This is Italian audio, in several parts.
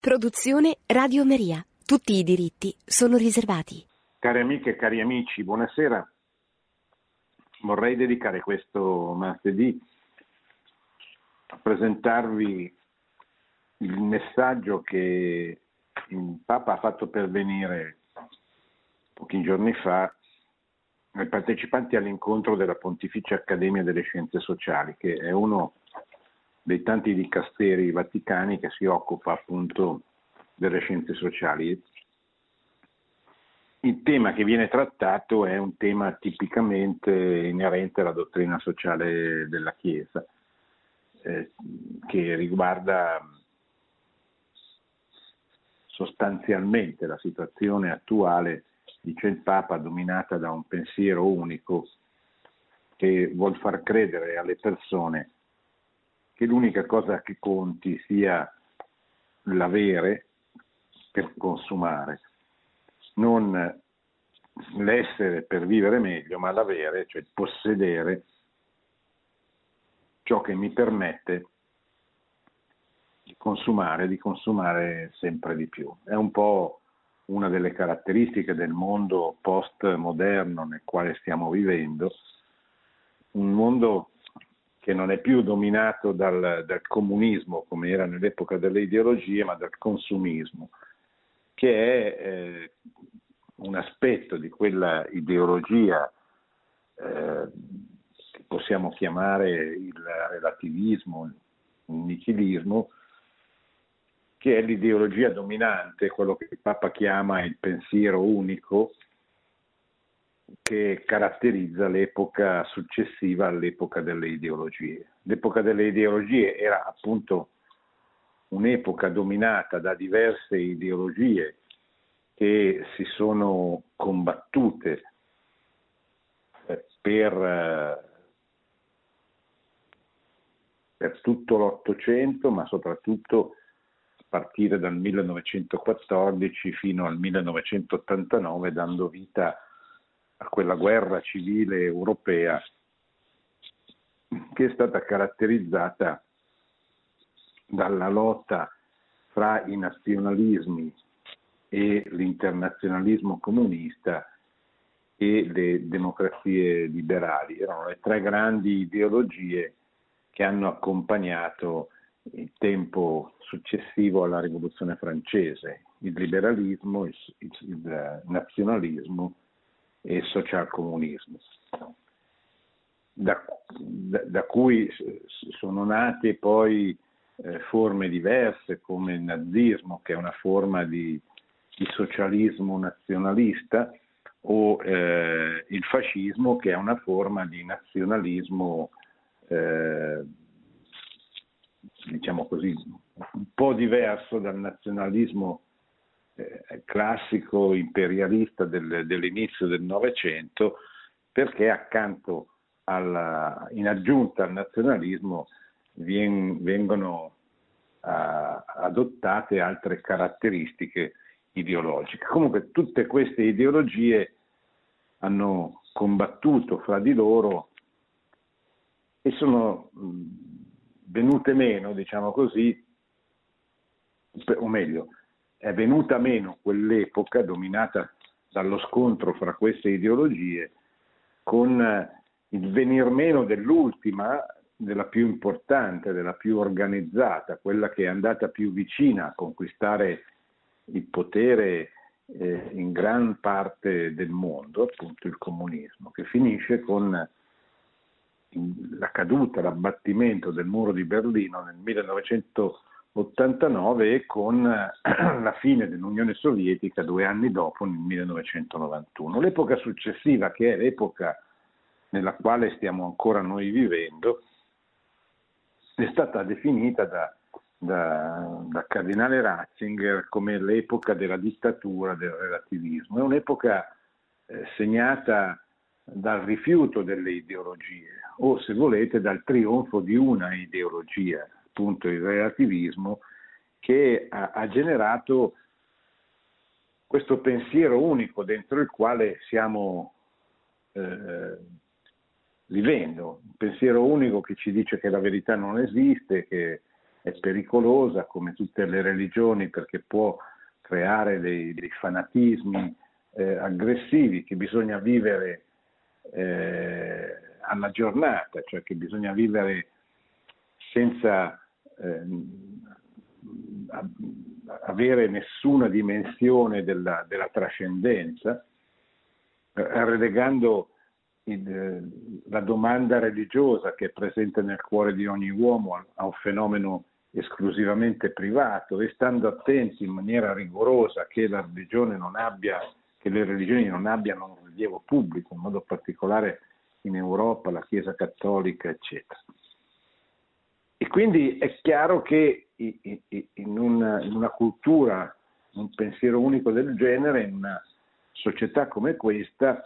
Produzione Radio Maria. Tutti i diritti sono riservati. Cari amiche e cari amici, buonasera. Vorrei dedicare questo martedì a presentarvi il messaggio che il Papa ha fatto pervenire pochi giorni fa ai partecipanti all'incontro della Pontificia Accademia delle Scienze Sociali, che è uno dei tanti dicasteri vaticani che si occupa appunto delle scienze sociali. Il tema che viene trattato è un tema tipicamente inerente alla dottrina sociale della Chiesa, che riguarda sostanzialmente la situazione attuale, dice il Papa, dominata da un pensiero unico che vuol far credere alle persone che l'unica cosa che conti sia l'avere per consumare, non l'essere per vivere meglio, ma l'avere, cioè possedere ciò che mi permette di consumare sempre di più. È un po' una delle caratteristiche del mondo post-moderno nel quale stiamo vivendo, un mondo che non è più dominato dal comunismo come era nell'epoca delle ideologie, ma dal consumismo, che è un aspetto di quella ideologia che possiamo chiamare il relativismo, il nichilismo, che è l'ideologia dominante, quello che il Papa chiama il pensiero unico, che caratterizza l'epoca successiva all'epoca delle ideologie. L'epoca delle ideologie era appunto un'epoca dominata da diverse ideologie che si sono combattute per tutto l'Ottocento, ma soprattutto a partire dal 1914 fino al 1989, dando vita a quella guerra civile europea che è stata caratterizzata dalla lotta fra i nazionalismi e l'internazionalismo comunista e le democrazie liberali. Erano le tre grandi ideologie che hanno accompagnato il tempo successivo alla Rivoluzione francese, il liberalismo, il nazionalismo e il socialcomunismo, da cui sono nate poi forme diverse come il nazismo, che è una forma di socialismo nazionalista, o il fascismo, che è una forma di nazionalismo diciamo così un po' diverso dal nazionalismo classico imperialista dell'inizio del Novecento, perché accanto in aggiunta al nazionalismo vengono adottate altre caratteristiche ideologiche. Comunque tutte queste ideologie hanno combattuto fra di loro e sono venute meno, diciamo così, o meglio, è venuta meno quell'epoca dominata dallo scontro fra queste ideologie, con il venir meno dell'ultima, della più importante, della più organizzata, quella che è andata più vicina a conquistare il potere in gran parte del mondo, appunto il comunismo, che finisce con la caduta, l'abbattimento del muro di Berlino nel 1989 e con la fine dell'Unione Sovietica 2 anni dopo, nel 1991. L'epoca successiva, che è l'epoca nella quale stiamo ancora noi vivendo, è stata definita da Cardinale Ratzinger come l'epoca della dittatura del relativismo. È un'epoca segnata dal rifiuto delle ideologie, o se volete dal trionfo di una ideologia, appunto il relativismo, che ha generato questo pensiero unico dentro il quale stiamo vivendo, un pensiero unico che ci dice che la verità non esiste, che è pericolosa come tutte le religioni perché può creare dei fanatismi aggressivi, che bisogna vivere alla giornata, cioè che bisogna vivere senza avere nessuna dimensione della trascendenza, relegando la domanda religiosa che è presente nel cuore di ogni uomo a un fenomeno esclusivamente privato, e stando attenti in maniera rigorosa che le religioni non abbiano un rilievo pubblico, in modo particolare in Europa, la Chiesa Cattolica, eccetera. E quindi è chiaro che in una cultura, un pensiero unico del genere, in una società come questa,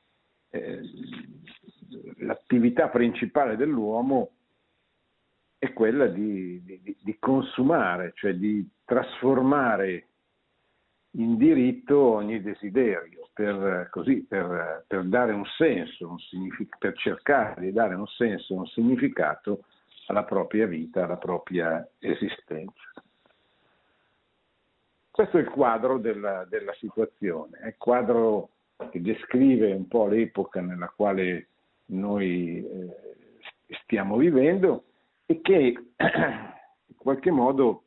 l'attività principale dell'uomo è quella di consumare, cioè di trasformare in diritto ogni desiderio, per dare un senso, per cercare di dare un senso, un significato alla propria vita, alla propria esistenza. Questo è il quadro della situazione, è il quadro che descrive un po' l'epoca nella quale noi stiamo vivendo e che in qualche modo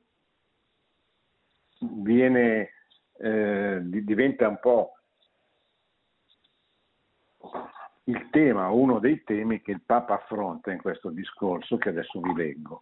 diventa un po' il tema, uno dei temi che il Papa affronta in questo discorso che adesso vi leggo.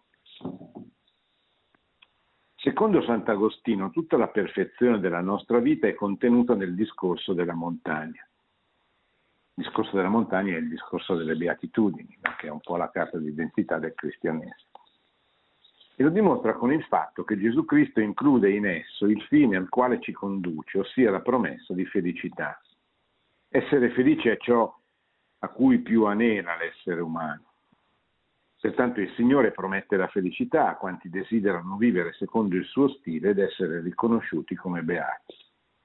Secondo Sant'Agostino, tutta la perfezione della nostra vita è contenuta nel discorso della montagna. Il discorso della montagna è il discorso delle beatitudini, che è un po' la carta d'identità del cristianesimo. E lo dimostra con il fatto che Gesù Cristo include in esso il fine al quale ci conduce, ossia la promessa di felicità. Essere felice è ciò a cui più anela l'essere umano. Pertanto il Signore promette la felicità a quanti desiderano vivere secondo il suo stile ed essere riconosciuti come beati.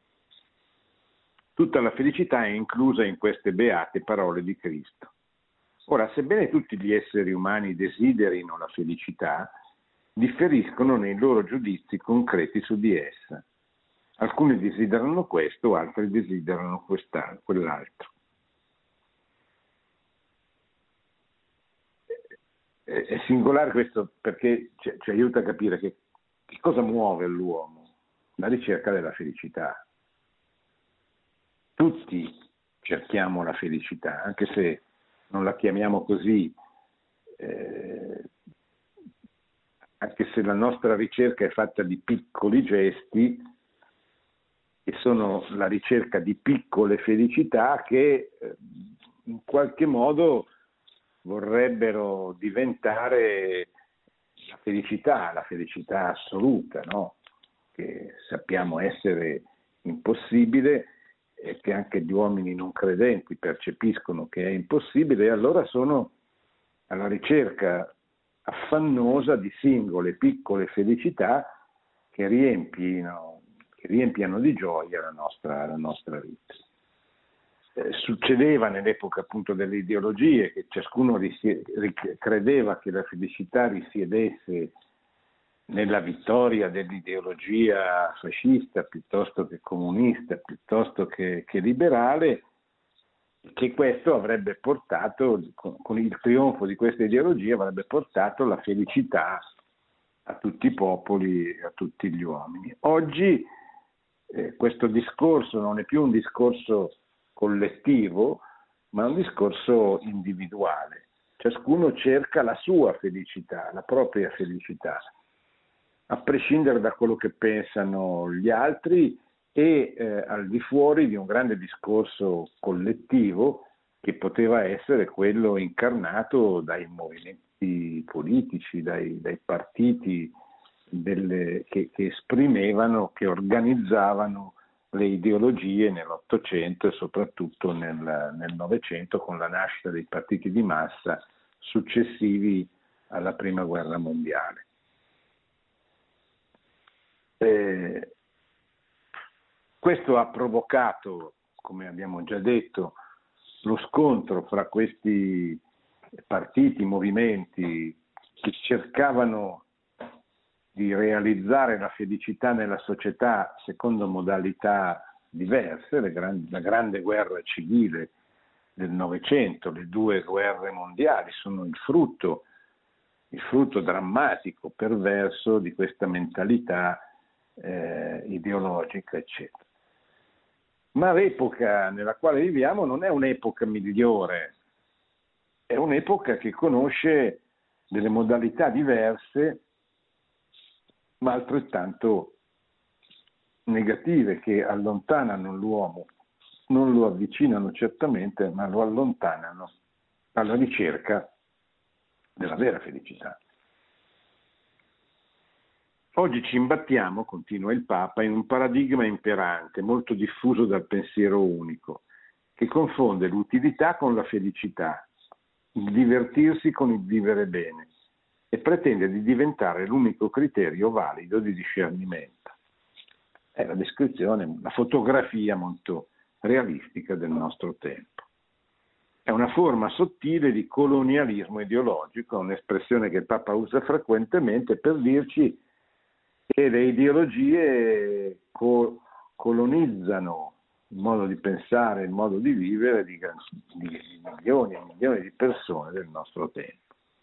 Tutta la felicità è inclusa in queste beate parole di Cristo. Ora, sebbene tutti gli esseri umani desiderino la felicità, differiscono nei loro giudizi concreti su di essa. Alcuni desiderano questo, altri desiderano quell'altro. È singolare questo perché ci aiuta a capire che cosa muove l'uomo, la ricerca della felicità. Tutti cerchiamo la felicità, anche se non la chiamiamo così, anche se la nostra ricerca è fatta di piccoli gesti, che sono la ricerca di piccole felicità che in qualche modo vorrebbero diventare la felicità assoluta, no? Che sappiamo essere impossibile e che anche gli uomini non credenti percepiscono che è impossibile, e allora sono alla ricerca affannosa di singole piccole felicità che riempiano di gioia la nostra vita. Succedeva nell'epoca appunto delle ideologie che ciascuno credeva che la felicità risiedesse nella vittoria dell'ideologia fascista piuttosto che comunista, piuttosto che liberale, che questo avrebbe portato, con il trionfo di questa ideologia, avrebbe portato la felicità a tutti i popoli, a tutti gli uomini. Oggi questo discorso non è più un discorso collettivo, ma un discorso individuale. Ciascuno cerca la sua felicità, la propria felicità, a prescindere da quello che pensano gli altri e al di fuori di un grande discorso collettivo che poteva essere quello incarnato dai movimenti politici, dai partiti che esprimevano, che organizzavano le ideologie nell'Ottocento e soprattutto nel Novecento, con la nascita dei partiti di massa successivi alla Prima Guerra Mondiale. Questo ha provocato, come abbiamo già detto, lo scontro fra questi partiti, movimenti che cercavano di realizzare la felicità nella società secondo modalità diverse, la grande guerra civile del Novecento, le due guerre mondiali sono il frutto drammatico, perverso di questa mentalità ideologica, eccetera. Ma l'epoca nella quale viviamo non è un'epoca migliore, è un'epoca che conosce delle modalità diverse, ma altrettanto negative, che allontanano l'uomo, non lo avvicinano certamente, ma lo allontanano alla ricerca della vera felicità. Oggi ci imbattiamo, continua il Papa, in un paradigma imperante, molto diffuso dal pensiero unico, che confonde l'utilità con la felicità, il divertirsi con il vivere bene, e pretende di diventare l'unico criterio valido di discernimento. È la descrizione, la fotografia molto realistica del nostro tempo. È una forma sottile di colonialismo ideologico, un'espressione che il Papa usa frequentemente per dirci che le ideologie colonizzano il modo di pensare, il modo di vivere di milioni e milioni di persone del nostro tempo.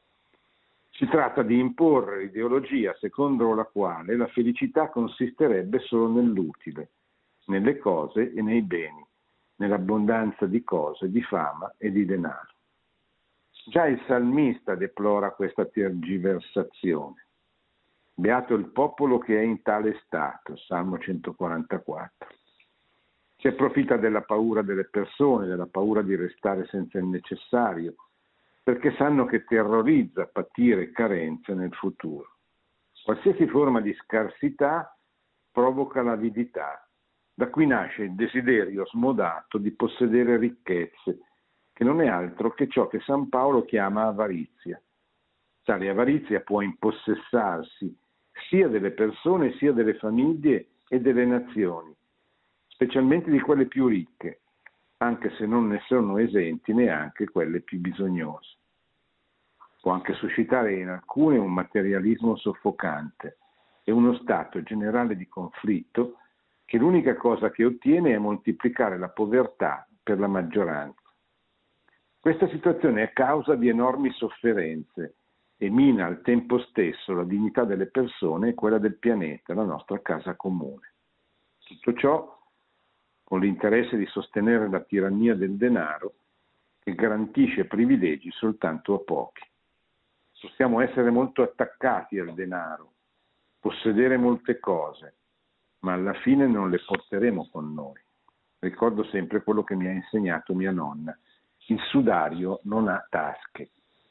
Si tratta di imporre l'ideologia secondo la quale la felicità consisterebbe solo nell'utile, nelle cose e nei beni, nell'abbondanza di cose, di fama e di denaro. Già il salmista deplora questa tergiversazione. Beato il popolo che è in tale stato, Salmo 144. Si approfitta della paura delle persone, della paura di restare senza il necessario, perché sanno che terrorizza patire carenze nel futuro. Qualsiasi forma di scarsità provoca l'avidità. Da qui nasce il desiderio smodato di possedere ricchezze, che non è altro che ciò che San Paolo chiama avarizia. Tale avarizia può impossessarsi sia delle persone sia delle famiglie e delle nazioni, specialmente di quelle più ricche, anche se non ne sono esenti neanche quelle più bisognose. Può anche suscitare in alcune un materialismo soffocante e uno stato generale di conflitto che l'unica cosa che ottiene è moltiplicare la povertà per la maggioranza. Questa situazione è causa di enormi sofferenze e mina al tempo stesso la dignità delle persone e quella del pianeta, la nostra casa comune. Tutto ciò con l'interesse di sostenere la tirannia del denaro che garantisce privilegi soltanto a pochi. Possiamo essere molto attaccati al denaro, possedere molte cose, ma alla fine non le porteremo con noi. Ricordo sempre quello che mi ha insegnato mia nonna: il sudario non ha tasche.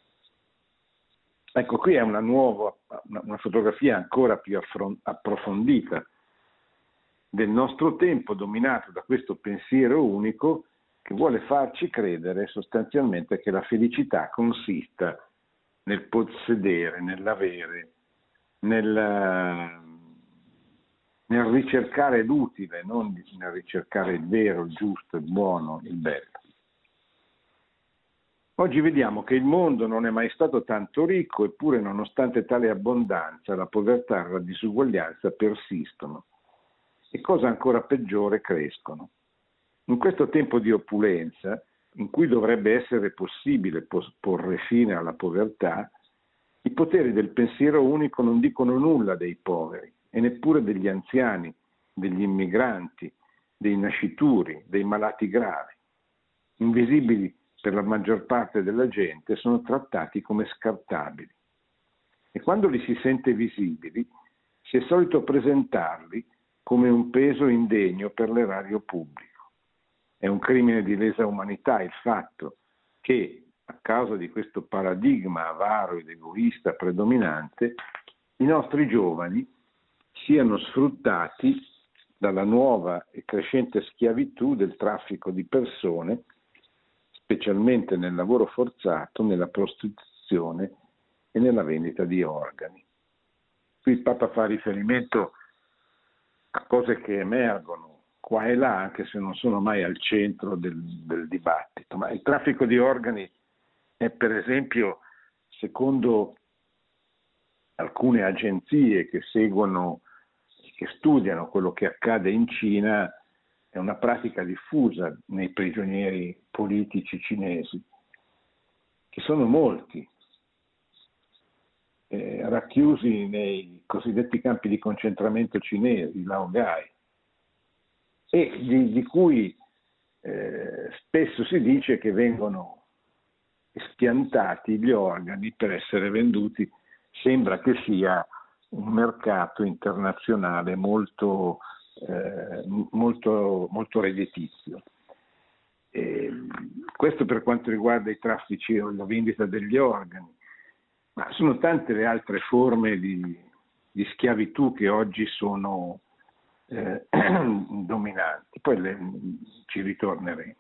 Ecco, qui è una fotografia ancora più approfondita del nostro tempo, dominato da questo pensiero unico che vuole farci credere sostanzialmente che la felicità consista nel possedere, nell'avere, nel ricercare l'utile, non nel ricercare il vero, il giusto, il buono, il bello. Oggi vediamo che il mondo non è mai stato tanto ricco, eppure nonostante tale abbondanza, la povertà e la disuguaglianza persistono e, cosa ancora peggiore, crescono. In questo tempo di opulenza, in cui dovrebbe essere possibile porre fine alla povertà, i poteri del pensiero unico non dicono nulla dei poveri e neppure degli anziani, degli immigranti, dei nascituri, dei malati gravi. Invisibili per la maggior parte della gente, sono trattati come scartabili. E quando li si sente visibili, si è solito presentarli come un peso indegno per l'erario pubblico. È un crimine di lesa umanità il fatto che, a causa di questo paradigma avaro ed egoista predominante, i nostri giovani siano sfruttati dalla nuova e crescente schiavitù del traffico di persone, specialmente nel lavoro forzato, nella prostituzione e nella vendita di organi. Qui il Papa fa riferimento a cose che emergono qua e là, anche se non sono mai al centro del dibattito. Ma il traffico di organi è, per esempio, secondo alcune agenzie che seguono, che studiano quello che accade in Cina, è una pratica diffusa nei prigionieri politici cinesi, che sono molti, racchiusi nei cosiddetti campi di concentramento cinesi, laogai, e di cui spesso si dice che vengono spiantati gli organi per essere venduti. Sembra che sia un mercato internazionale molto redditizio. Questo per quanto riguarda i traffici o la vendita degli organi, ma sono tante le altre forme di schiavitù che oggi sono dominanti, poi ci ritorneremo.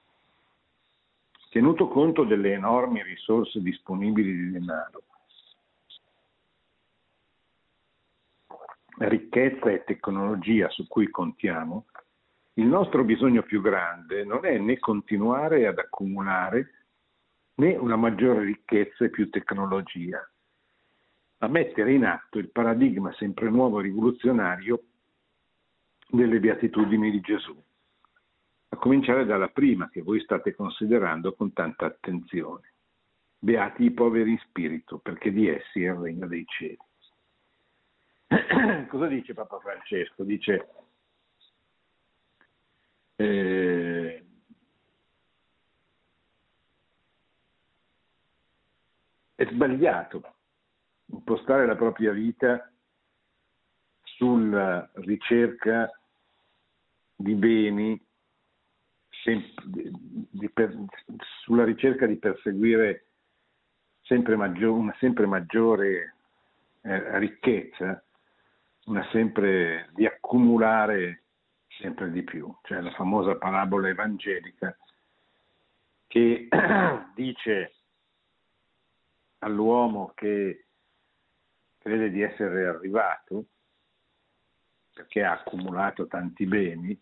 Tenuto conto delle enormi risorse disponibili di denaro, ricchezza e tecnologia su cui contiamo, il nostro bisogno più grande non è né continuare ad accumulare né una maggiore ricchezza e più tecnologia, ma mettere in atto il paradigma sempre nuovo e rivoluzionario delle beatitudini di Gesù, a cominciare dalla prima che voi state considerando con tanta attenzione. Beati i poveri in spirito, perché di essi è il regno dei cieli. Cosa dice Papa Francesco? Dice è sbagliato impostare la propria vita sulla ricerca di beni, sulla ricerca di perseguire una sempre maggiore ricchezza, di accumulare sempre di più. Cioè la famosa parabola evangelica che dice all'uomo che crede di essere arrivato perché ha accumulato tanti beni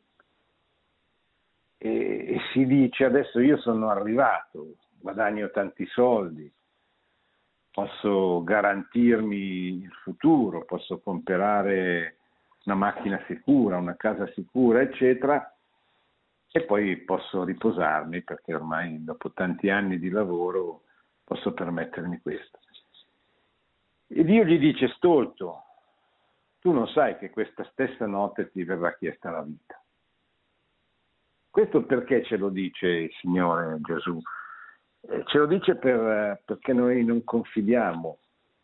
e si dice: adesso io sono arrivato, guadagno tanti soldi, posso garantirmi il futuro, posso comprare una macchina sicura, una casa sicura, eccetera, e poi posso riposarmi perché ormai dopo tanti anni di lavoro posso permettermi questo. E Dio gli dice: stolto, tu non sai che questa stessa notte ti verrà chiesta la vita. Questo perché ce lo dice il Signore Gesù? Ce lo dice perché noi non confidiamo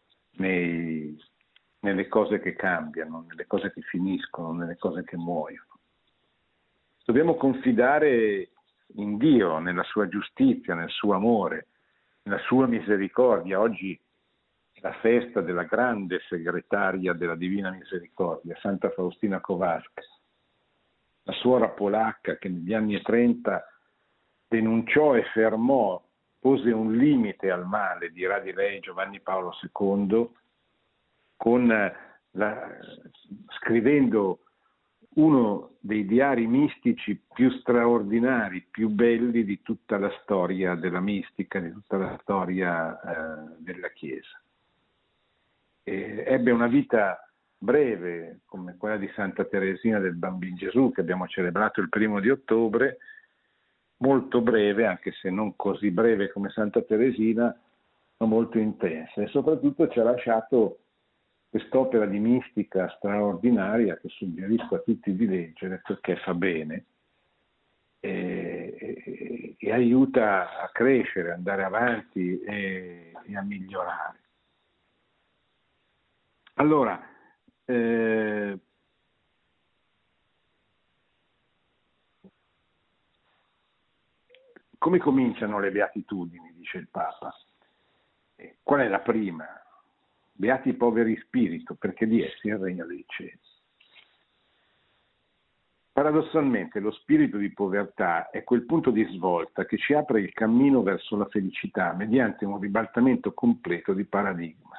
nelle cose che cambiano, nelle cose che finiscono, nelle cose che muoiono. Dobbiamo confidare in Dio, nella sua giustizia, nel suo amore, nella sua misericordia. Oggi è la festa della grande segretaria della Divina Misericordia, Santa Faustina Kowalska, la suora polacca che negli anni 30 denunciò e fermò, pose un limite al male, dirà di lei Giovanni Paolo II, scrivendo uno dei diari mistici più straordinari, più belli di tutta la storia della mistica, di tutta la storia della Chiesa. Ebbe una vita breve, come quella di Santa Teresina del Bambino Gesù, che abbiamo celebrato il 1° ottobre, molto breve, anche se non così breve come Santa Teresina, ma molto intensa, e soprattutto ci ha lasciato quest'opera di mistica straordinaria che suggerisco a tutti di leggere perché fa bene e aiuta a crescere, ad andare avanti e a migliorare. Allora, come cominciano le beatitudini, dice il Papa? Qual è la prima? Beati i poveri in spirito, perché di essi è il regno dei cieli. Paradossalmente lo spirito di povertà è quel punto di svolta che ci apre il cammino verso la felicità mediante un ribaltamento completo di paradigma.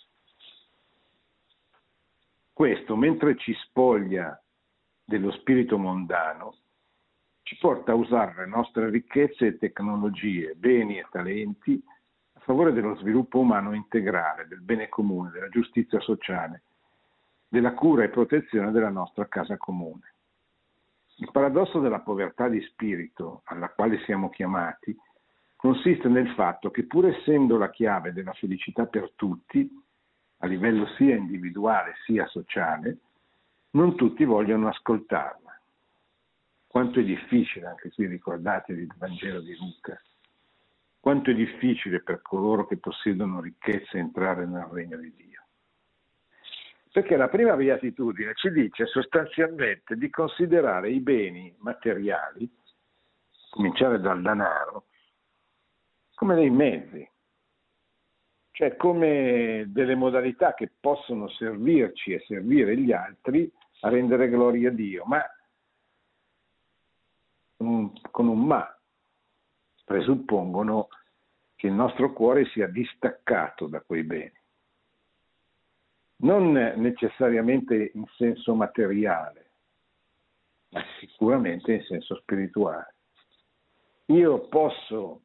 Questo, mentre ci spoglia dello spirito mondano, ci porta a usare le nostre ricchezze e tecnologie, beni e talenti favore dello sviluppo umano integrale, del bene comune, della giustizia sociale, della cura e protezione della nostra casa comune. Il paradosso della povertà di spirito alla quale siamo chiamati consiste nel fatto che, pur essendo la chiave della felicità per tutti, a livello sia individuale sia sociale, non tutti vogliono ascoltarla. Quanto è difficile, anche qui ricordatevi il Vangelo di Luca, quanto è difficile per coloro che possiedono ricchezze entrare nel regno di Dio. Perché la prima beatitudine ci dice sostanzialmente di considerare i beni materiali, cominciare dal denaro, come dei mezzi, cioè come delle modalità che possono servirci e servire gli altri a rendere gloria a Dio, ma con un ma, presuppongono che il nostro cuore sia distaccato da quei beni. Non necessariamente in senso materiale, ma sicuramente in senso spirituale. Io posso,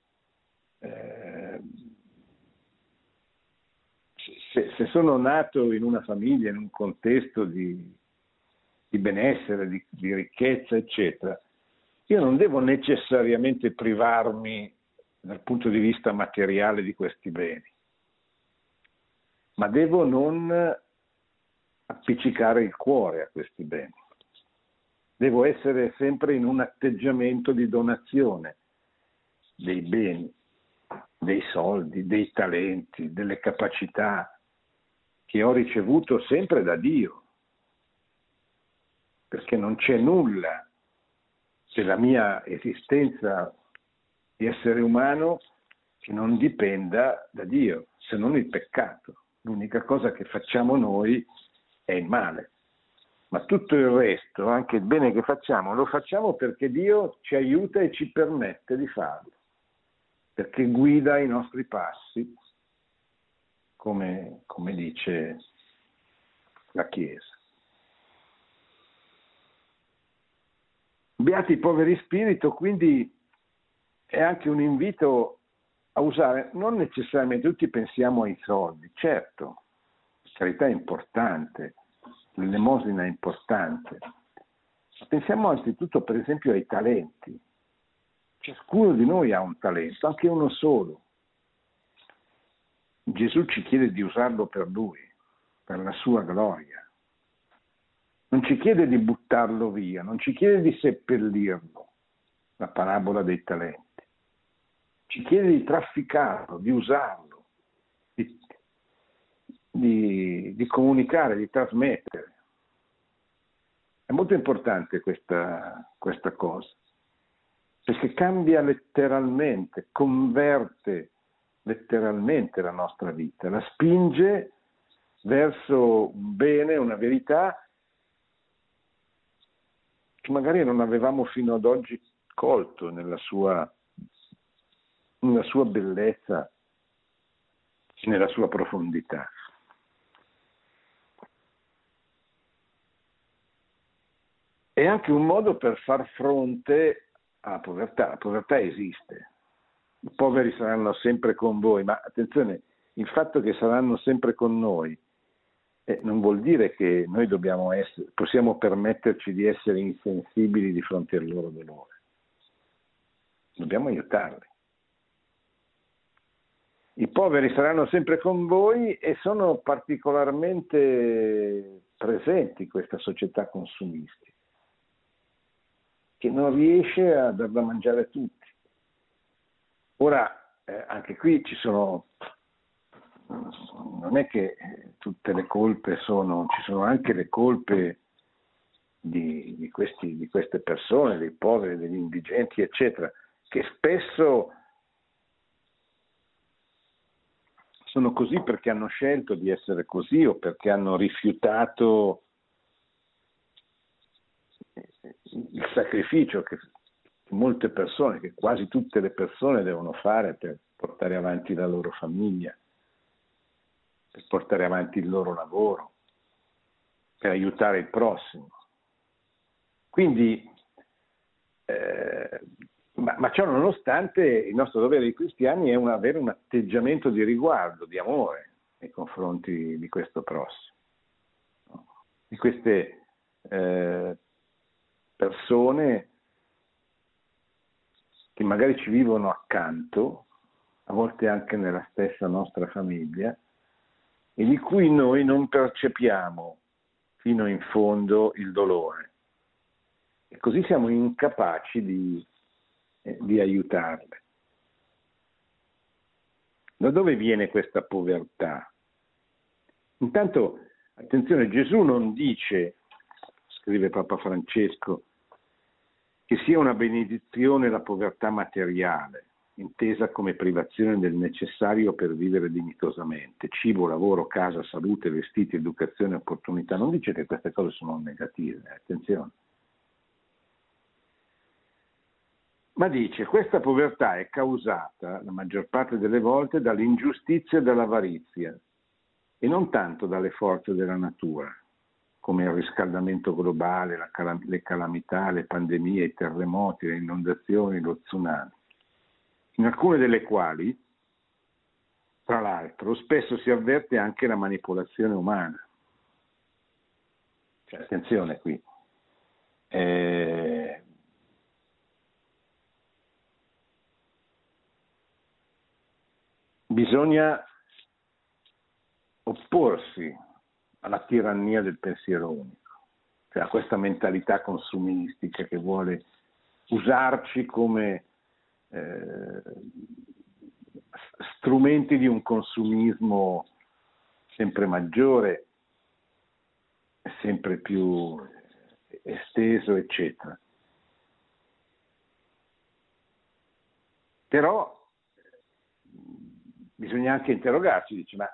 se sono nato in una famiglia, in un contesto di benessere, di ricchezza, eccetera, io non devo necessariamente privarmi dal punto di vista materiale di questi beni, ma devo non appiccicare il cuore a questi beni. Devo essere sempre in un atteggiamento di donazione dei beni, dei soldi, dei talenti, delle capacità che ho ricevuto sempre da Dio, perché non c'è nulla della mia esistenza di essere umano che non dipenda da Dio, se non il peccato. L'unica cosa che facciamo noi è il male, ma tutto il resto, anche il bene che facciamo, lo facciamo perché Dio ci aiuta e ci permette di farlo, perché guida i nostri passi, come dice la Chiesa. Beati i poveri spirito, quindi è anche un invito a usare, non necessariamente tutti pensiamo ai soldi, certo, la carità è importante, l'elemosina è importante, ma pensiamo anzitutto per esempio ai talenti. Ciascuno di noi ha un talento, anche uno solo. Gesù ci chiede di usarlo per Lui, per la sua gloria. Non ci chiede di buttarlo via, non ci chiede di seppellirlo, la parabola dei talenti. Ci chiede di trafficarlo, di usarlo, di comunicare, di trasmettere. È molto importante questa cosa, perché cambia letteralmente, converte letteralmente la nostra vita, la spinge verso un bene, una verità che magari non avevamo fino ad oggi colto nella sua bellezza, nella sua profondità. È anche un modo per far fronte alla povertà. La povertà esiste. I poveri saranno sempre con voi, ma attenzione, il fatto che saranno sempre con noi non vuol dire che noi possiamo permetterci di essere insensibili di fronte al loro dolore. Dobbiamo aiutarli. I poveri saranno sempre con voi e sono particolarmente presenti in questa società consumistica, che non riesce a dar da mangiare a tutti. Ora, anche qui non è che tutte le colpe ci sono anche le colpe di queste persone, dei poveri, degli indigenti, eccetera, che spesso sono così perché hanno scelto di essere così o perché hanno rifiutato il sacrificio che molte persone, che quasi tutte le persone devono fare per portare avanti la loro famiglia, per portare avanti il loro lavoro, per aiutare il prossimo. Quindi Ma ciò nonostante il nostro dovere di cristiani è avere un atteggiamento di riguardo, di amore nei confronti di questo prossimo, no? Di queste persone che magari ci vivono accanto, a volte anche nella stessa nostra famiglia, e di cui noi non percepiamo fino in fondo il dolore. E così siamo incapaci di aiutarle. Da dove viene questa povertà? Intanto, attenzione, Gesù non dice, scrive Papa Francesco, che sia una benedizione la povertà materiale, intesa come privazione del necessario per vivere dignitosamente, cibo, lavoro, casa, salute, vestiti, educazione, opportunità. Non dice che queste cose sono negative, attenzione. Ma dice, questa povertà è causata, la maggior parte delle volte, dall'ingiustizia e dall'avarizia, e non tanto dalle forze della natura, come il riscaldamento globale, le calamità, le pandemie, i terremoti, le inondazioni, lo tsunami, in alcune delle quali, tra l'altro, spesso si avverte anche la manipolazione umana. Cioè, attenzione qui. Bisogna opporsi alla tirannia del pensiero unico, cioè a questa mentalità consumistica che vuole usarci come strumenti di un consumismo sempre maggiore, sempre più esteso, eccetera. Però bisogna anche interrogarci, dice, ma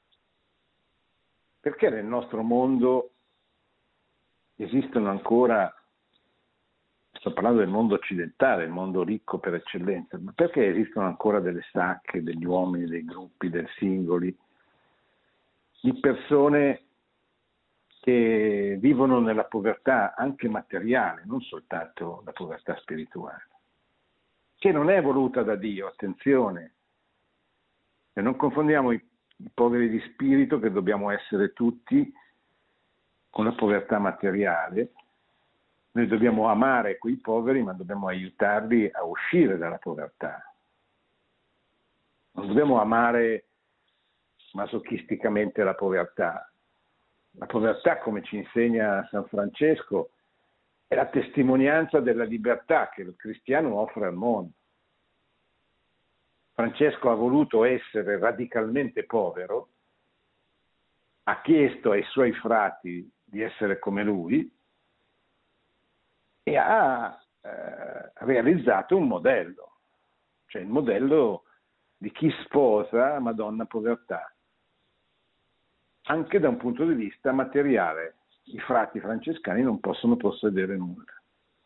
perché nel nostro mondo esistono ancora, sto parlando del mondo occidentale, il mondo ricco per eccellenza, ma perché esistono ancora delle sacche, degli uomini, dei gruppi, dei singoli, di persone che vivono nella povertà anche materiale, non soltanto la povertà spirituale, che non è voluta da Dio, attenzione, e non confondiamo i poveri di spirito, che dobbiamo essere tutti, con la povertà materiale. Noi dobbiamo amare quei poveri, ma dobbiamo aiutarli a uscire dalla povertà. Non dobbiamo amare masochisticamente la povertà. La povertà, come ci insegna San Francesco, è la testimonianza della libertà che il cristiano offre al mondo. Francesco ha voluto essere radicalmente povero, ha chiesto ai suoi frati di essere come lui e ha realizzato un modello, cioè il modello di chi sposa Madonna Povertà, anche da un punto di vista materiale. I frati francescani non possono possedere nulla.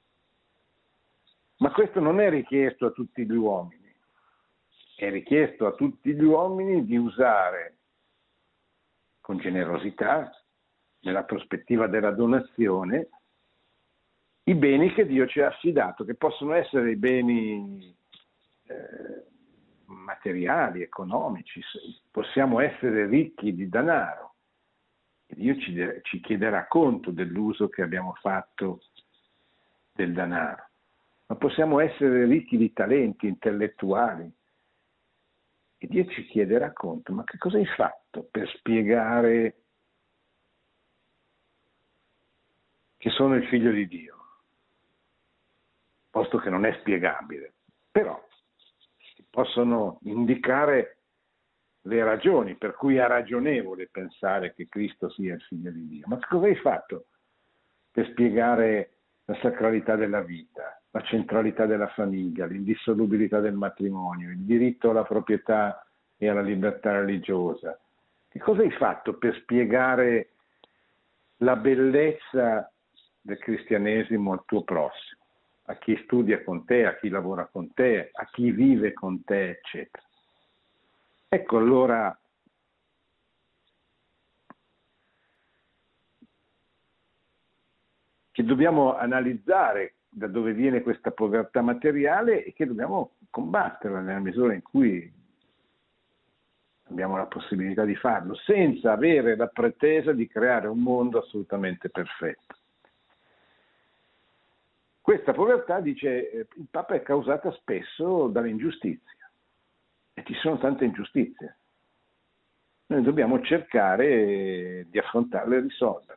Ma questo non è richiesto a tutti gli uomini. È richiesto a tutti gli uomini di usare con generosità, nella prospettiva della donazione, i beni che Dio ci ha affidato, che possono essere i beni materiali, economici, possiamo essere ricchi di denaro, e Dio ci chiederà conto dell'uso che abbiamo fatto del denaro, ma possiamo essere ricchi di talenti intellettuali, e Dio ci chiederà conto, ma che cosa hai fatto per spiegare che sono il figlio di Dio? Posto che non è spiegabile, però si possono indicare le ragioni per cui è ragionevole pensare che Cristo sia il figlio di Dio. Ma che cosa hai fatto per spiegare la sacralità della vita, la centralità della famiglia, l'indissolubilità del matrimonio, il diritto alla proprietà e alla libertà religiosa? Che cosa hai fatto per spiegare la bellezza del cristianesimo al tuo prossimo, a chi studia con te, a chi lavora con te, a chi vive con te, eccetera? Ecco allora che dobbiamo analizzare da dove viene questa povertà materiale e che dobbiamo combatterla nella misura in cui abbiamo la possibilità di farlo, senza avere la pretesa di creare un mondo assolutamente perfetto. Questa povertà, dice il Papa, è causata spesso dall'ingiustizia e ci sono tante ingiustizie. Noi dobbiamo cercare di affrontarle e risolverle.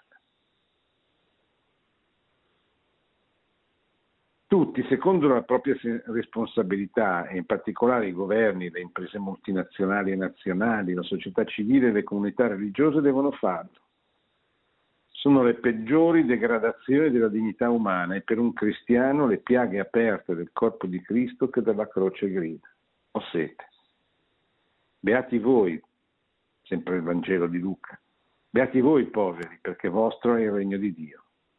Tutti, secondo la propria responsabilità, e in particolare i governi, le imprese multinazionali e nazionali, la società civile e le comunità religiose, devono farlo. Sono le peggiori degradazioni della dignità umana e per un cristiano le piaghe aperte del corpo di Cristo che dalla croce grida: ho sete. Beati voi, sempre il Vangelo di Luca, beati voi poveri, perché vostro è il regno di Dio.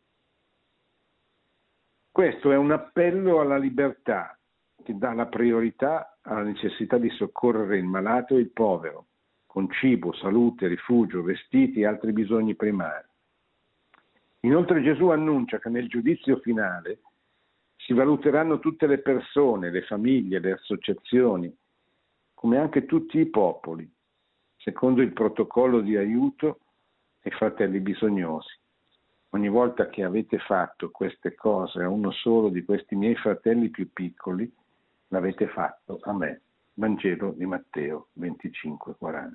Questo è un appello alla libertà che dà la priorità alla necessità di soccorrere il malato e il povero, con cibo, salute, rifugio, vestiti e altri bisogni primari. Inoltre Gesù annuncia che nel giudizio finale si valuteranno tutte le persone, le famiglie, le associazioni, come anche tutti i popoli, secondo il protocollo di aiuto ai fratelli bisognosi. Ogni volta che avete fatto queste cose a uno solo di questi miei fratelli più piccoli, l'avete fatto a me. Vangelo di Matteo 25,40.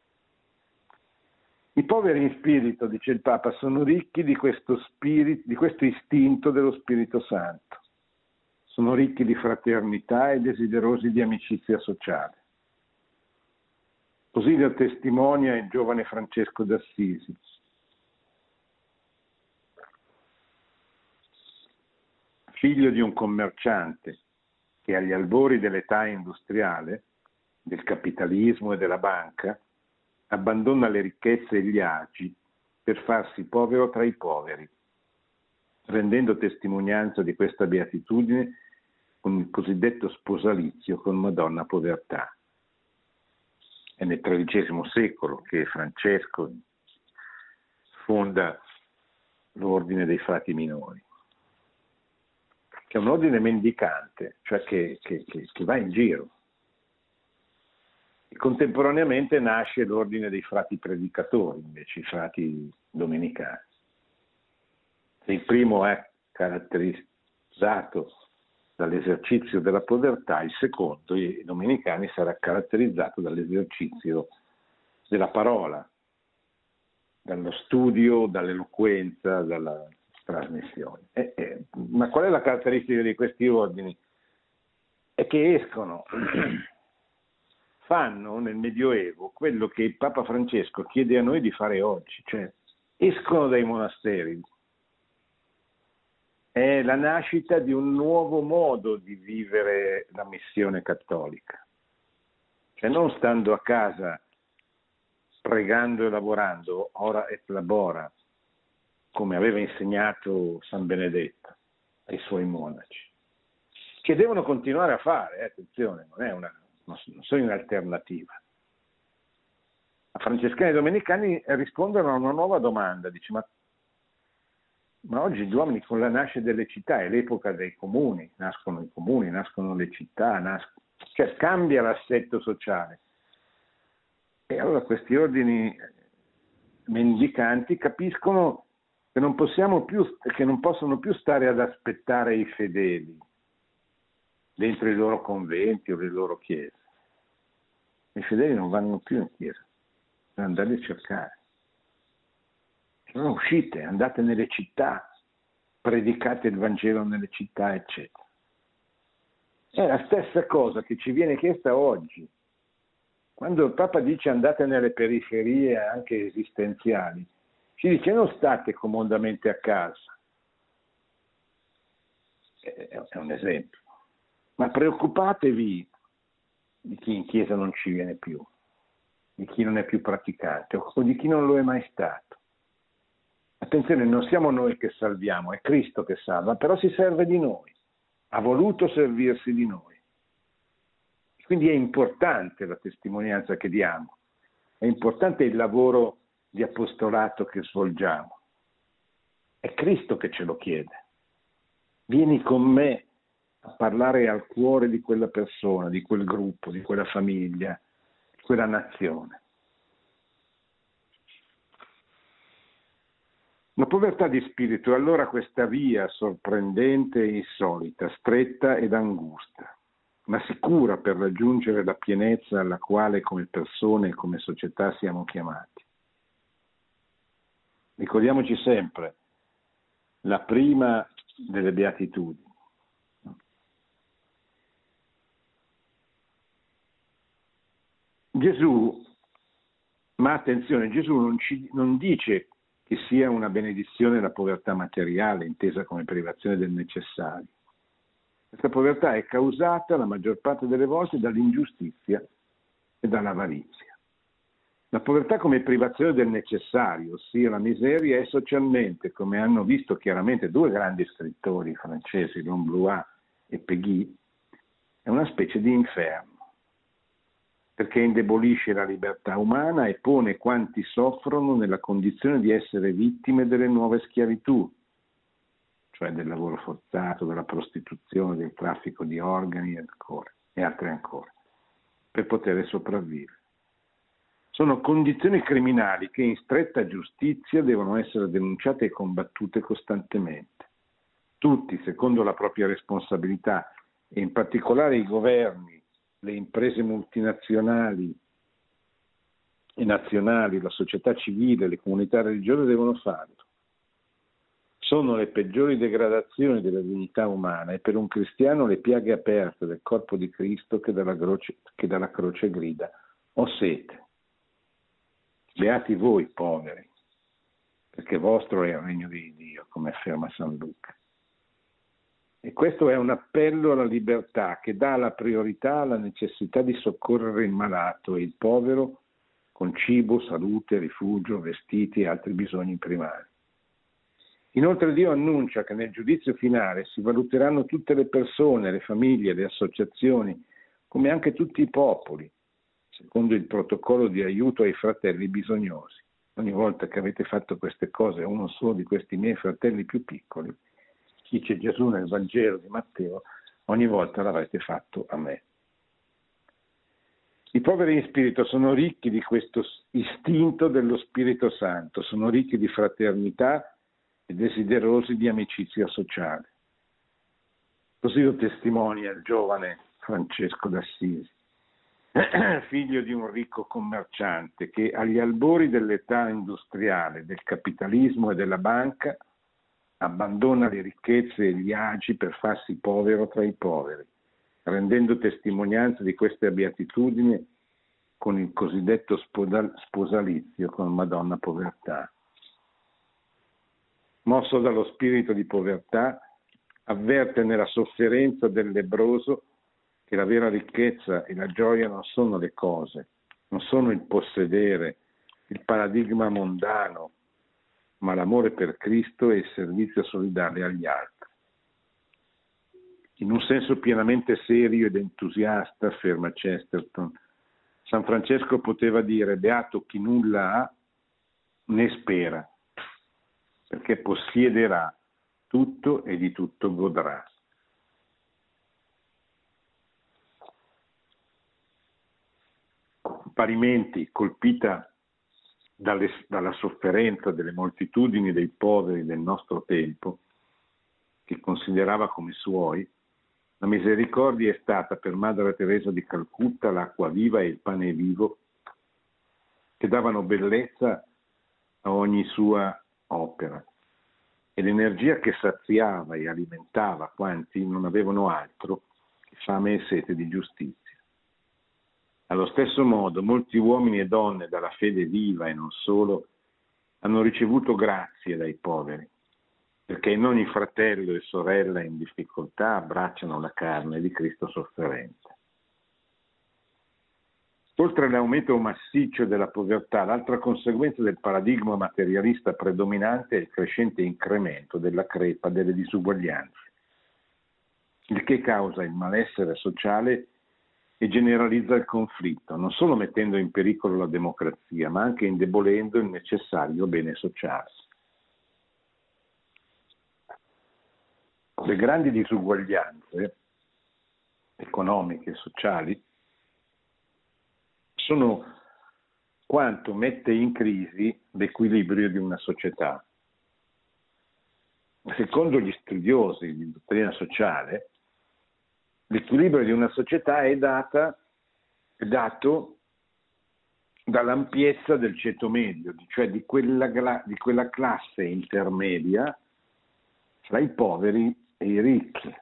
I poveri in spirito, dice il Papa, sono ricchi di questo spirito, di questo istinto dello Spirito Santo. Sono ricchi di fraternità e desiderosi di amicizia sociale. Così lo testimonia il giovane Francesco d'Assisi. Figlio di un commerciante che agli albori dell'età industriale, del capitalismo e della banca, abbandona le ricchezze e gli agi per farsi povero tra i poveri, rendendo testimonianza di questa beatitudine con il cosiddetto sposalizio con Madonna Povertà. È nel XIII secolo che Francesco fonda l'ordine dei frati minori, che è un ordine mendicante, cioè che va in giro. E contemporaneamente nasce l'ordine dei frati predicatori, invece i frati domenicani. Il primo è caratterizzato dall'esercizio della povertà, il secondo, i domenicani, sarà caratterizzato dall'esercizio della parola, dallo studio, dall'eloquenza, dalla trasmissione. Ma qual è la caratteristica di questi ordini? È che fanno nel Medioevo quello che il Papa Francesco chiede a noi di fare oggi, cioè escono dai monasteri. È la nascita di un nuovo modo di vivere la missione cattolica, cioè non stando a casa pregando e lavorando, ora et labora, come aveva insegnato San Benedetto ai suoi monaci, che devono continuare a fare, attenzione, non sono un'alternativa. A francescani e domenicani rispondono a una nuova domanda, dice ma oggi gli uomini con la nascita delle città, è l'epoca dei comuni, nascono le città, cioè cambia l'assetto sociale. E allora questi ordini mendicanti capiscono che non possono più stare ad aspettare i fedeli dentro i loro conventi o le loro chiese. I fedeli non vanno più in chiesa, devono andarli a cercare. Non uscite, andate nelle città, predicate il Vangelo nelle città, eccetera. È la stessa cosa che ci viene chiesta oggi. Quando il Papa dice andate nelle periferie anche esistenziali, ci dice non state comodamente a casa. È un esempio. Ma preoccupatevi di chi in chiesa non ci viene più, di chi non è più praticante o di chi non lo è mai stato. Attenzione, non siamo noi che salviamo, è Cristo che salva, però si serve di noi, ha voluto servirsi di noi. Quindi è importante la testimonianza che diamo, è importante il lavoro di apostolato che svolgiamo. È Cristo che ce lo chiede. Vieni con me a parlare al cuore di quella persona, di quel gruppo, di quella famiglia, di quella nazione. La povertà di spirito è allora questa via sorprendente e insolita, stretta ed angusta, ma sicura per raggiungere la pienezza alla quale come persone e come società siamo chiamati. Ricordiamoci sempre la prima delle beatitudini. Gesù, ma attenzione, Gesù non dice che sia una benedizione la povertà materiale, intesa come privazione del necessario. Questa povertà è causata la maggior parte delle volte dall'ingiustizia e dall'avarizia. La povertà come privazione del necessario, ossia la miseria, è socialmente, come hanno visto chiaramente due grandi scrittori francesi, Lamblois e Péguy, è una specie di inferno, perché indebolisce la libertà umana e pone quanti soffrono nella condizione di essere vittime delle nuove schiavitù, cioè del lavoro forzato, della prostituzione, del traffico di organi e altre ancora, per poter sopravvivere. Sono condizioni criminali che in stretta giustizia devono essere denunciate e combattute costantemente. Tutti, secondo la propria responsabilità, e in particolare i governi, le imprese multinazionali e nazionali, la società civile, le comunità religiose devono farlo. Sono le peggiori degradazioni della dignità umana e per un cristiano le piaghe aperte del corpo di Cristo che dalla croce grida: ho sete. Beati voi poveri, perché vostro è il regno di Dio, come afferma San Luca. E questo è un appello alla libertà che dà la priorità alla necessità di soccorrere il malato e il povero con cibo, salute, rifugio, vestiti e altri bisogni primari. Inoltre Dio annuncia che nel giudizio finale si valuteranno tutte le persone, le famiglie, le associazioni, come anche tutti i popoli, secondo il protocollo di aiuto ai fratelli bisognosi. Ogni volta che avete fatto queste cose a uno solo di questi miei fratelli più piccoli, dice Gesù nel Vangelo di Matteo, ogni volta l'avrete fatto a me. I poveri in spirito sono ricchi di questo istinto dello Spirito Santo, sono ricchi di fraternità e desiderosi di amicizia sociale. Così lo testimonia il giovane Francesco d'Assisi, figlio di un ricco commerciante che agli albori dell'età industriale, del capitalismo e della banca abbandona le ricchezze e gli agi per farsi povero tra i poveri, rendendo testimonianza di queste beatitudini con il cosiddetto sposalizio con Madonna Povertà. Mosso dallo spirito di povertà, avverte nella sofferenza del lebbroso che la vera ricchezza e la gioia non sono le cose, non sono il possedere, il paradigma mondano, ma l'amore per Cristo e il servizio solidale agli altri. In un senso pienamente serio ed entusiasta, afferma Chesterton, San Francesco poteva dire: beato chi nulla ha né spera, perché possiederà tutto e di tutto godrà. Parimenti, colpita dalla sofferenza delle moltitudini dei poveri del nostro tempo, che considerava come suoi, la misericordia è stata per Madre Teresa di Calcutta l'acqua viva e il pane vivo che davano bellezza a ogni sua opera e l'energia che saziava e alimentava quanti non avevano altro che fame e sete di giustizia. Allo stesso modo, molti uomini e donne dalla fede viva e non solo hanno ricevuto grazie dai poveri, perché in ogni fratello e sorella in difficoltà abbracciano la carne di Cristo sofferente. Oltre all'aumento massiccio della povertà, l'altra conseguenza del paradigma materialista predominante è il crescente incremento della crepa delle disuguaglianze, il che causa il malessere sociale e generalizza il conflitto, non solo mettendo in pericolo la democrazia, ma anche indebolendo il necessario bene sociale. le grandi disuguaglianze economiche e sociali sono quanto mette in crisi l'equilibrio di una società. Secondo gli studiosi di dottrina sociale, l'equilibrio di una società è dato dall'ampiezza del ceto medio, cioè di quella classe intermedia fra i poveri e i ricchi.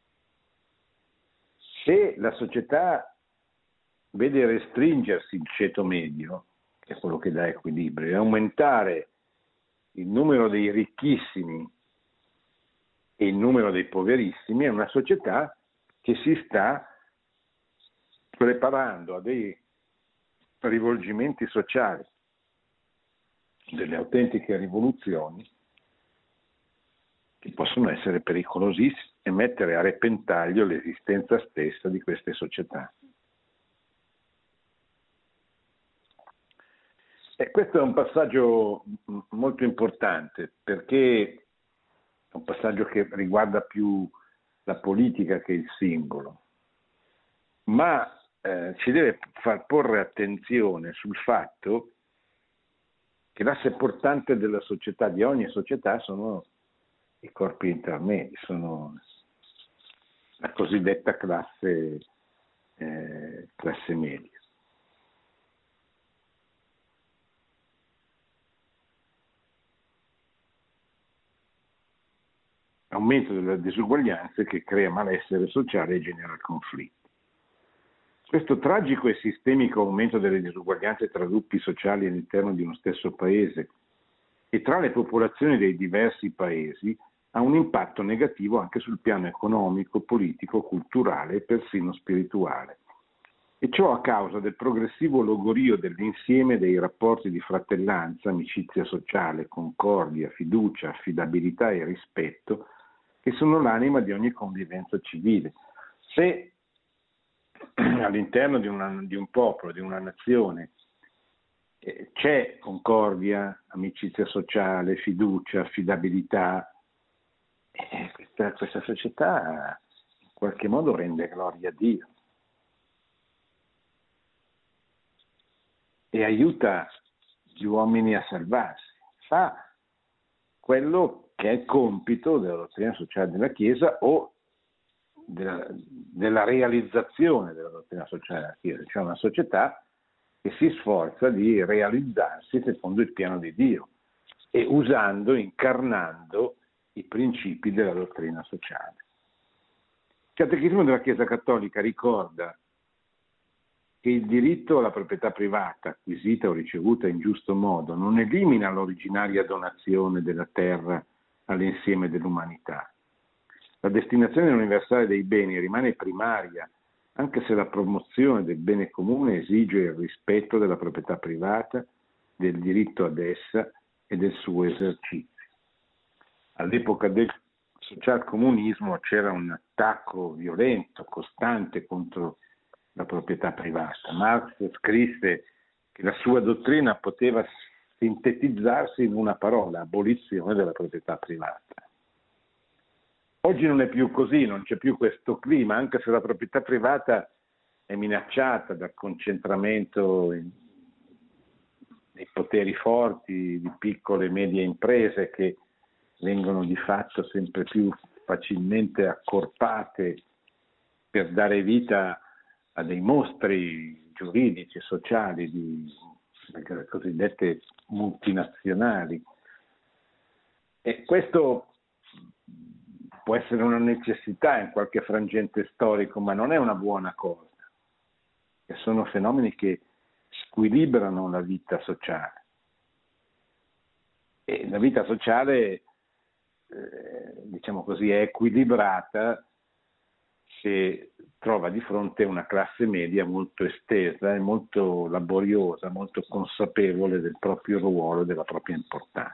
Se la società vede restringersi il ceto medio, che è quello che dà equilibrio, e aumentare il numero dei ricchissimi e il numero dei poverissimi, è una società che si sta preparando a dei rivolgimenti sociali, delle autentiche rivoluzioni che possono essere pericolosissime e mettere a repentaglio l'esistenza stessa di queste società. E questo è un passaggio molto importante, perché è un passaggio che riguarda più la politica che il singolo, ma ci deve far porre attenzione sul fatto che l'asse portante della società, di ogni società, sono i corpi intermedi, sono la cosiddetta classe media. Aumento delle disuguaglianze che crea malessere sociale e genera conflitti. Questo tragico e sistemico aumento delle disuguaglianze tra gruppi sociali all'interno di uno stesso paese e tra le popolazioni dei diversi paesi ha un impatto negativo anche sul piano economico, politico, culturale e persino spirituale. E ciò a causa del progressivo logorio dell'insieme dei rapporti di fratellanza, amicizia sociale, concordia, fiducia, affidabilità e rispetto che sono l'anima di ogni convivenza civile. Se all'interno di un popolo, di una nazione, c'è concordia, amicizia sociale, fiducia, affidabilità, questa società in qualche modo rende gloria a Dio e aiuta gli uomini a salvarsi, fa quello che è il compito della dottrina sociale della Chiesa o della realizzazione della dottrina sociale della Chiesa, cioè una società che si sforza di realizzarsi secondo il piano di Dio e incarnando i principi della dottrina sociale. Il Catechismo della Chiesa Cattolica ricorda che il diritto alla proprietà privata, acquisita o ricevuta in giusto modo, non elimina l'originaria donazione della terra all'insieme dell'umanità. La destinazione universale dei beni rimane primaria, anche se la promozione del bene comune esige il rispetto della proprietà privata, del diritto ad essa e del suo esercizio. All'epoca del socialcomunismo c'era un attacco violento, costante contro la proprietà privata. Marx scrisse che la sua dottrina poteva sintetizzarsi in una parola: abolizione della proprietà privata. Oggi non è più così, non c'è più questo clima, anche se la proprietà privata è minacciata dal concentramento dei poteri forti di piccole e medie imprese che vengono di fatto sempre più facilmente accorpate per dare vita a dei mostri giuridici e sociali di le cosiddette multinazionali. E questo può essere una necessità in qualche frangente storico, ma non è una buona cosa. E sono fenomeni che squilibrano la vita sociale. E la vita sociale, diciamo così, è equilibrata se trova di fronte una classe media molto estesa e molto laboriosa, molto consapevole del proprio ruolo e della propria importanza.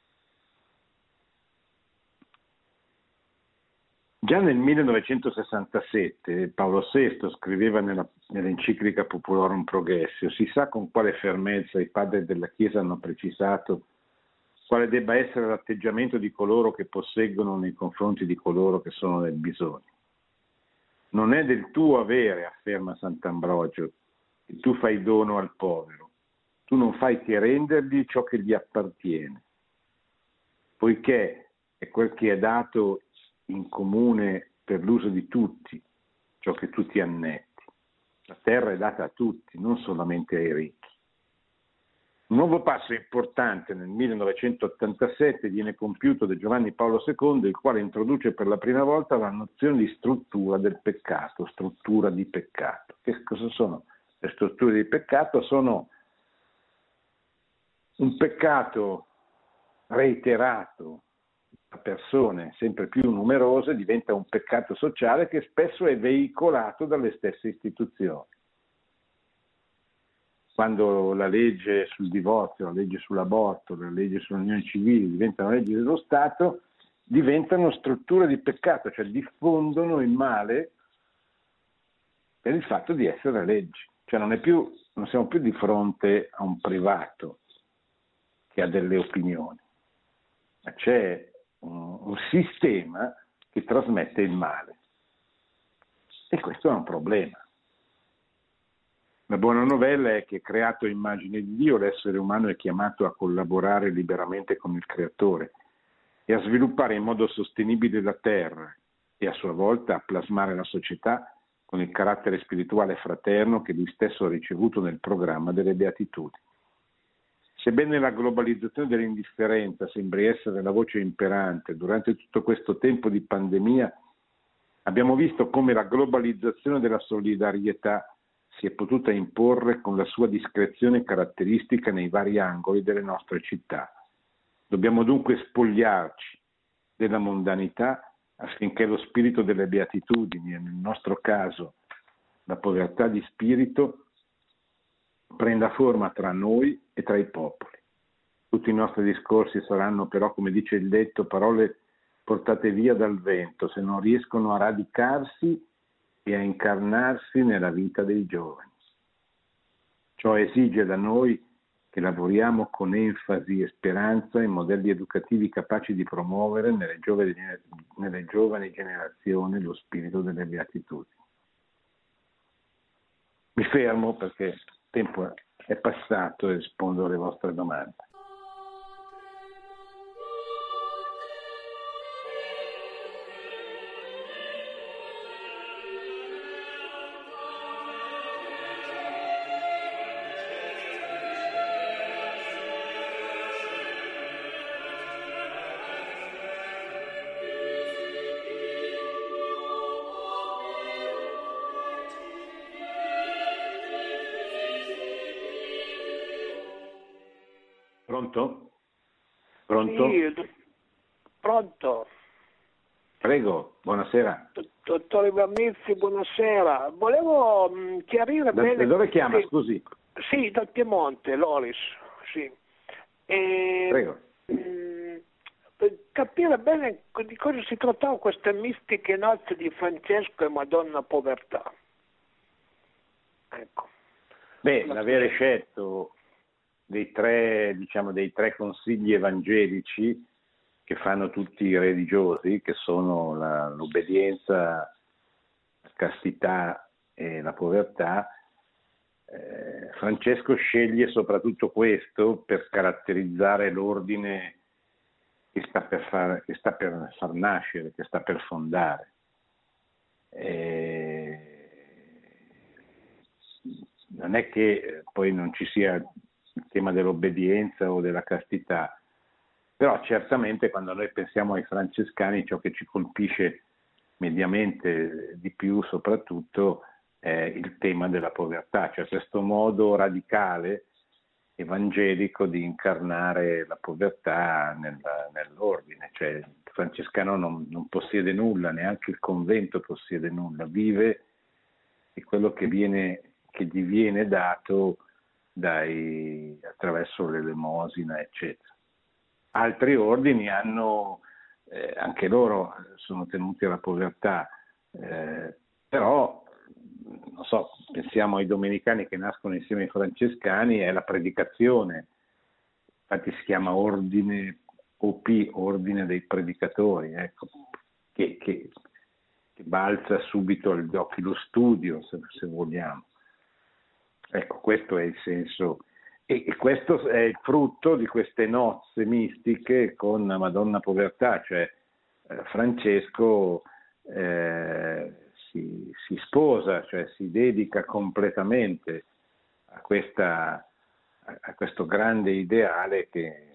Già nel 1967 Paolo VI scriveva nell'enciclica Populorum Progressio: si sa con quale fermezza i padri della Chiesa hanno precisato quale debba essere l'atteggiamento di coloro che posseggono nei confronti di coloro che sono nel bisogno. Non è del tuo avere, afferma Sant'Ambrogio, che tu fai dono al povero. Tu non fai che rendergli ciò che gli appartiene, poiché è quel che è dato in comune per l'uso di tutti, ciò che tu ti annetti. La terra è data a tutti, non solamente ai ricchi. Un nuovo passo importante nel 1987 viene compiuto da Giovanni Paolo II, il quale introduce per la prima volta la nozione di struttura del peccato, struttura di peccato. Che cosa sono le strutture di peccato? Sono un peccato reiterato a persone sempre più numerose, diventa un peccato sociale che spesso è veicolato dalle stesse istituzioni. Quando la legge sul divorzio, la legge sull'aborto, la legge sulle unioni civili diventano leggi dello Stato, diventano strutture di peccato, cioè diffondono il male per il fatto di essere leggi. Cioè non siamo più di fronte a un privato che ha delle opinioni, ma c'è un sistema che trasmette il male. E questo è un problema. La buona novella è che, creato a immagine di Dio, l'essere umano è chiamato a collaborare liberamente con il Creatore e a sviluppare in modo sostenibile la terra e a sua volta a plasmare la società con il carattere spirituale fraterno che lui stesso ha ricevuto nel programma delle Beatitudini. Sebbene la globalizzazione dell'indifferenza sembri essere la voce imperante, durante tutto questo tempo di pandemia abbiamo visto come la globalizzazione della solidarietà si è potuta imporre con la sua discrezione caratteristica nei vari angoli delle nostre città. Dobbiamo dunque spogliarci della mondanità affinché lo spirito delle beatitudini, e nel nostro caso la povertà di spirito, prenda forma tra noi e tra i popoli. Tutti i nostri discorsi saranno però, come dice il detto, parole portate via dal vento, se non riescono a radicarsi e a incarnarsi nella vita dei giovani. Ciò esige da noi che lavoriamo con enfasi e speranza in modelli educativi capaci di promuovere nelle giovani generazioni lo spirito delle beatitudini. Mi fermo perché il tempo è passato e rispondo alle vostre domande. Pronto? Pronto? Sì, pronto. Prego, buonasera. Dottore Vernizzi, buonasera. Volevo chiarire bene... Da dove chiama, sì, scusi? Sì, dal Piemonte, Loris, sì. Prego. Per capire bene di cosa si trattava queste mistiche nozze di Francesco e Madonna Povertà. Ecco. L'avere scelto dei tre consigli evangelici che fanno tutti i religiosi, che sono l'obbedienza, la castità e la povertà, Francesco sceglie soprattutto questo per caratterizzare l'ordine che sta per far nascere, che sta per fondare. Non è che poi non ci sia il tema dell'obbedienza o della castità, però certamente quando noi pensiamo ai francescani ciò che ci colpisce mediamente di più soprattutto è il tema della povertà, cioè questo modo radicale evangelico di incarnare la povertà nell'ordine, cioè il francescano non possiede nulla, neanche il convento possiede nulla, vive di quello che gli viene dato attraverso l'elemosina, eccetera. Altri ordini hanno, anche loro sono tenuti alla povertà, però, non so, pensiamo ai domenicani che nascono insieme ai francescani, è la predicazione infatti si chiama ordine OP, ordine dei predicatori, ecco, che balza subito agli occhi lo studio, se vogliamo. Ecco, questo è il senso, e questo è il frutto di queste nozze mistiche con Madonna Povertà, cioè Francesco si sposa, cioè si dedica completamente a questo grande ideale che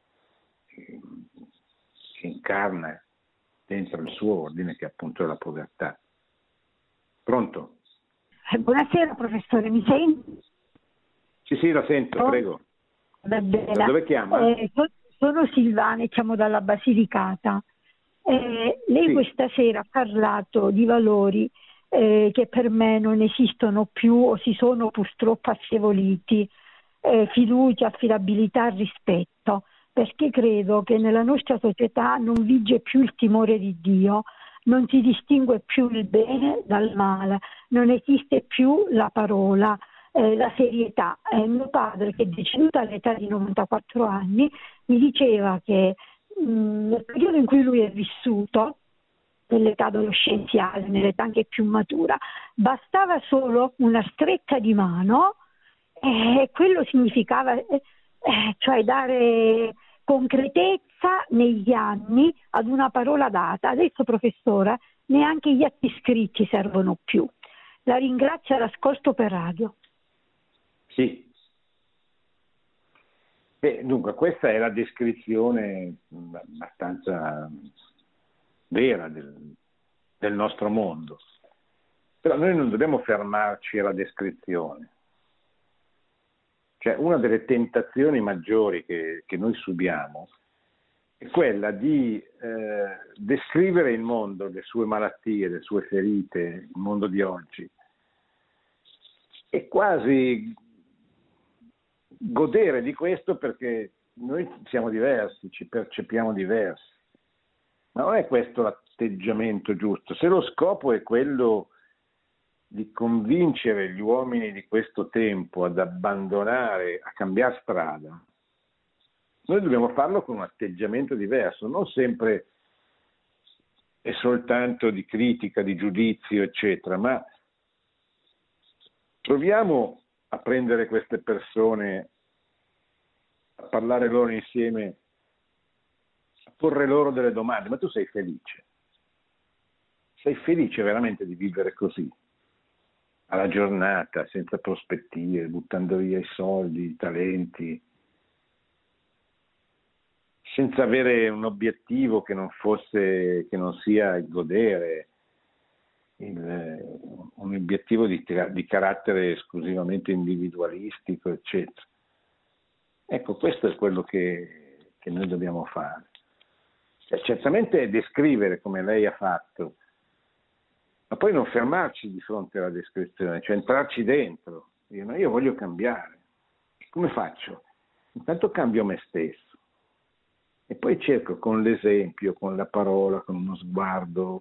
incarna dentro il suo ordine, che appunto è la povertà. Pronto? Buonasera professore, mi senti? Sì, la sento, prego. Da dove chiama? Sono Silvana, chiamo dalla Basilicata. Lei questa sera ha parlato di valori che per me non esistono più o si sono purtroppo affievoliti, fiducia, affidabilità, rispetto, perché credo che nella nostra società non vige più il timore di Dio, non si distingue più il bene dal male, non esiste più la parola, la serietà. Mio padre, che è deceduto all'età di 94 anni, mi diceva che nel periodo in cui lui è vissuto, nell'età adolescenziale, nell'età anche più matura, bastava solo una stretta di mano e quello significava cioè dare concretezza negli anni ad una parola data. Adesso, professore, neanche gli atti scritti servono più. La ringrazio all'ascolto per radio. Sì. Dunque, questa è la descrizione abbastanza vera del nostro mondo. Però noi non dobbiamo fermarci alla descrizione. Cioè, una delle tentazioni maggiori che noi subiamo è quella di descrivere il mondo, le sue malattie, le sue ferite, il mondo di oggi, e quasi godere di questo perché noi siamo diversi, ci percepiamo diversi. Ma non è questo l'atteggiamento giusto. Se lo scopo è quello di convincere gli uomini di questo tempo ad abbandonare, a cambiare strada, noi dobbiamo farlo con un atteggiamento diverso, non sempre e soltanto di critica, di giudizio, eccetera, ma proviamo a prendere queste persone, a parlare loro insieme, a porre loro delle domande. Ma tu sei felice? Sei felice veramente di vivere così? Alla giornata, senza prospettive, buttando via i soldi, i talenti, senza avere un obiettivo che non sia il godere, un obiettivo di carattere esclusivamente individualistico, eccetera. Ecco, questo è quello che noi dobbiamo fare. Certamente descrivere come lei ha fatto, ma poi non fermarci di fronte alla descrizione, cioè entrarci dentro. Io voglio cambiare. Come faccio? Intanto cambio me stesso e poi cerco con l'esempio, con la parola, con uno sguardo,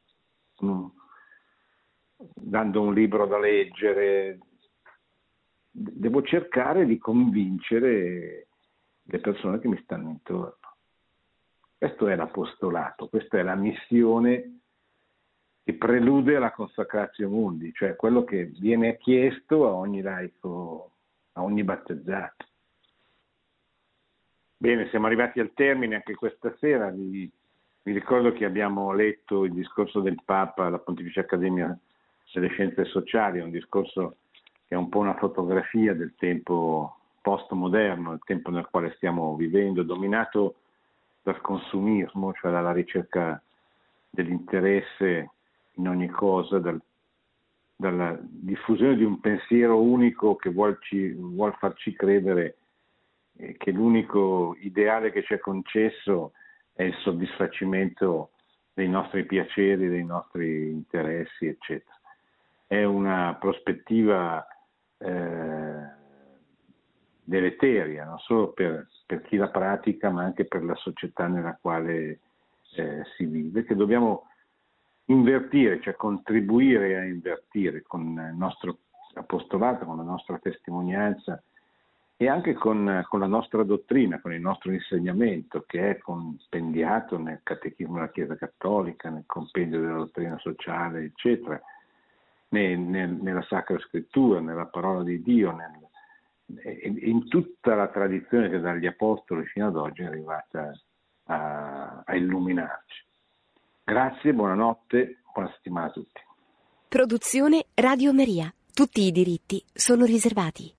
dando un libro da leggere, devo cercare di convincere le persone che mi stanno intorno. Questo è l'apostolato, questa è la missione che prelude alla consacratio mundi, cioè quello che viene chiesto a ogni laico, a ogni battezzato. Bene, siamo arrivati al termine anche questa sera. Vi ricordo che abbiamo letto il discorso del Papa alla Pontificia Accademia delle Scienze Sociali, un discorso che è un po' una fotografia del tempo postmoderno, il tempo nel quale stiamo vivendo, dominato dal consumismo, cioè dalla ricerca dell'interesse in ogni cosa, dalla diffusione di un pensiero unico che vuol farci credere che l'unico ideale che ci è concesso è il soddisfacimento dei nostri piaceri, dei nostri interessi, eccetera. È una prospettiva deleteria, non solo per chi la pratica, ma anche per la società nella quale si vive, che dobbiamo invertire, cioè contribuire a invertire con il nostro apostolato, con la nostra testimonianza e anche con la nostra dottrina, con il nostro insegnamento, che è compendiato nel Catechismo della Chiesa Cattolica, nel compendio della dottrina sociale, eccetera, nella Sacra Scrittura, nella parola di Dio, in tutta la tradizione che dagli Apostoli fino ad oggi è arrivata a illuminarci. Grazie, buonanotte, buona settimana a tutti. Produzione Radio Maria. Tutti i diritti sono riservati.